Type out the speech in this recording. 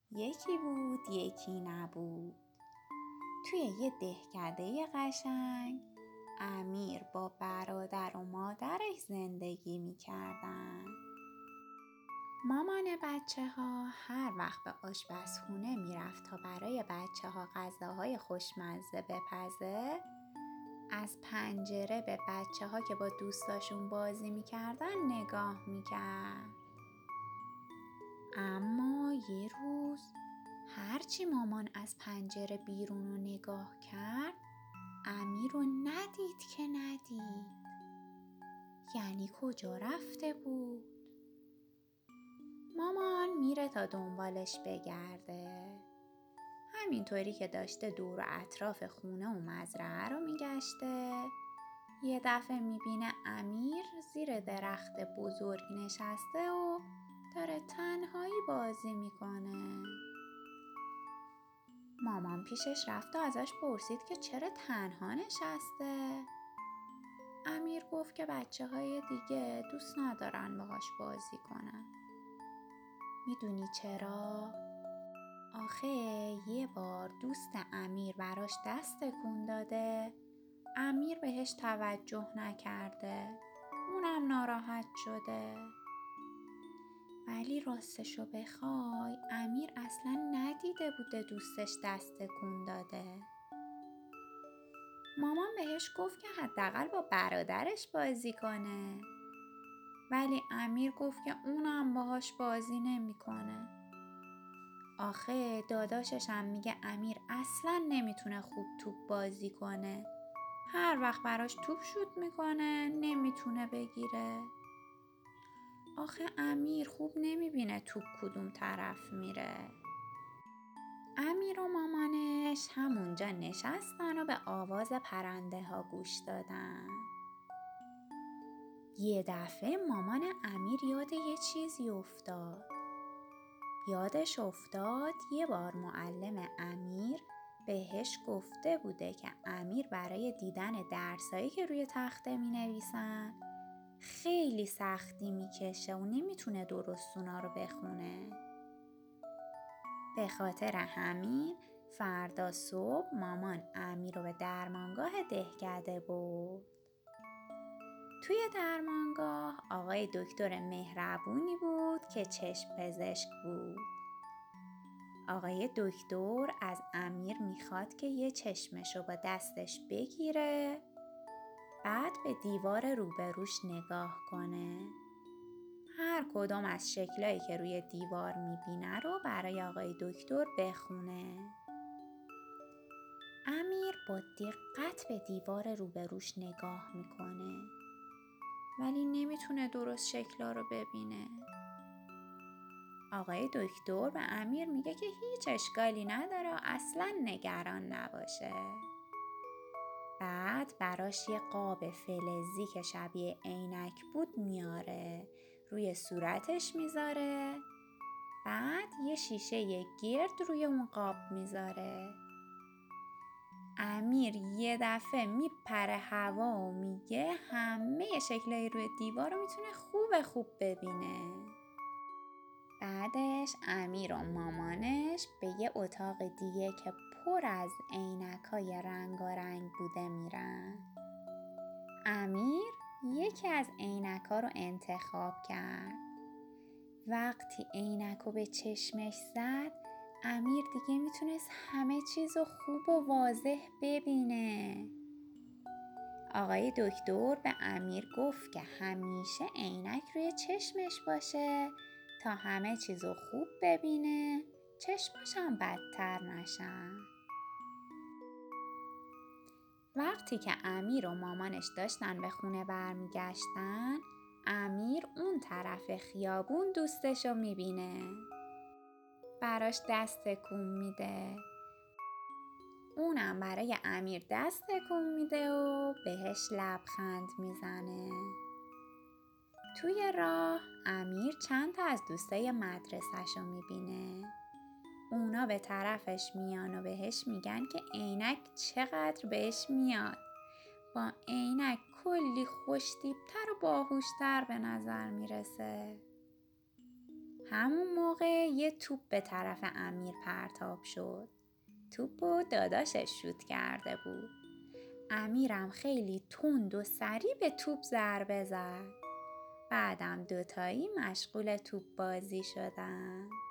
یکی بود یکی نبود. توی یه دهکده قشنگ امیر با برادر و مادرش زندگی میکردن. مامان بچه ها هر وقت به آشپزخونه میرفت تا برای بچه ها غذاهای خوشمزه بپزه، از پنجره به بچه ها که با دوستاشون بازی میکردن نگاه میکرد. اما یه روز هرچی مامان از پنجره بیرون رو نگاه کرد، امیر رو ندید که ندید. یعنی کجا رفته بود؟ مامان میره تا دنبالش بگرده. همینطوری که داشته دور و اطراف خونه و مزرعه رو میگشته، یه دفعه میبینه امیر زیر درخت بزرگ نشسته و داره تنهایی بازی میکنه. مامان پیشش رفت و ازش پرسید که چرا تنها نشسته؟ امیر گفت که بچه‌های دیگه دوست ندارن باهاش بازی کنن. میدونی چرا؟ آخه یه بار دوست امیر براش دست تکون داده، امیر بهش توجه نکرده، اونم ناراحت شده. ولی راستشو بخوای امیر اصلا ندیده بوده دوستش دست تکون داده. مامان بهش گفت که حداقل با برادرش بازی کنه، ولی امیر گفت که اونم باهاش بازی نمیکنه. آخه داداشش هم میگه امیر اصلا نمیتونه خوب توپ بازی کنه، هر وقت براش توپ شوت میکنه نمیتونه بگیره. آخه امیر خوب نمیبینه توپ کدوم طرف میره. امیر و مامانش همونجا نشستن و به آواز پرنده ها گوش دادن. یه دفعه مامان امیر یاد یه چیزی افتاد. یادش افتاد یه بار معلم امیر بهش گفته بوده که امیر برای دیدن درسایی که روی تخته می نویسن خیلی سختی می کشه و نمیتونه درست اونا رو بخونه. به خاطر همین فردا صبح مامان امیر رو به درمانگاه دهکده برد. توی درمانگاه آقای دکتر مهربونی بود که چشم پزشک بود. آقای دکتر از امیر میخواد که یه چشمشو با دستش بگیره، بعد به دیوار روبروش نگاه کنه. هر کدوم از شکلایی که روی دیوار میبینه رو برای آقای دکتر بخونه. امیر با دقت به دیوار روبروش نگاه میکنه، ولی نمیتونه درست شکلا رو ببینه. آقای دکتر به امیر میگه که هیچ اشکالی نداره، اصلا نگران نباشه. بعد براش یه قاب فلزی که شبیه عینک بود میاره، روی صورتش میذاره، بعد یه شیشه گرد روی اون قاب میذاره. امیر یه دفعه میپره هوا و میگه همه شکلای روی دیوار رو میتونه خوب ببینه. بعدش امیر و مامانش به یه اتاق دیگه که پر از عینک‌های رنگارنگ بوده میرن. امیر یکی از عینک‌ها رو انتخاب کرد. وقتی عینکو به چشمش زد، امیر دیگه میتونست همه چیز رو خوب و واضح ببینه. آقای دکتر به امیر گفت که همیشه عینک روی چشمش باشه تا همه چیز رو خوب ببینه، چشمش هم بدتر نشن. وقتی که امیر و مامانش داشتن به خونه برمیگشتن، امیر اون طرف خیابون دوستشو میبینه. براش دست تکون میده. اونم برای امیر دست تکون میده و بهش لبخند میزنه. توی راه امیر چند تا از دوستای مدرسه‌شو میبینه. اونا به طرفش میان و بهش میگن که عینک چقدر بهش میاد. با عینک کلی خوش‌تیپ‌تر و باهوش‌تر به نظر میرسه. همون موقع یه توپ به طرف امیر پرتاب شد. توپو داداشش شوت کرده بود. امیرم خیلی تند و سریع به توپ ضربه زد. بعدم دوتایی مشغول توپ بازی شدن.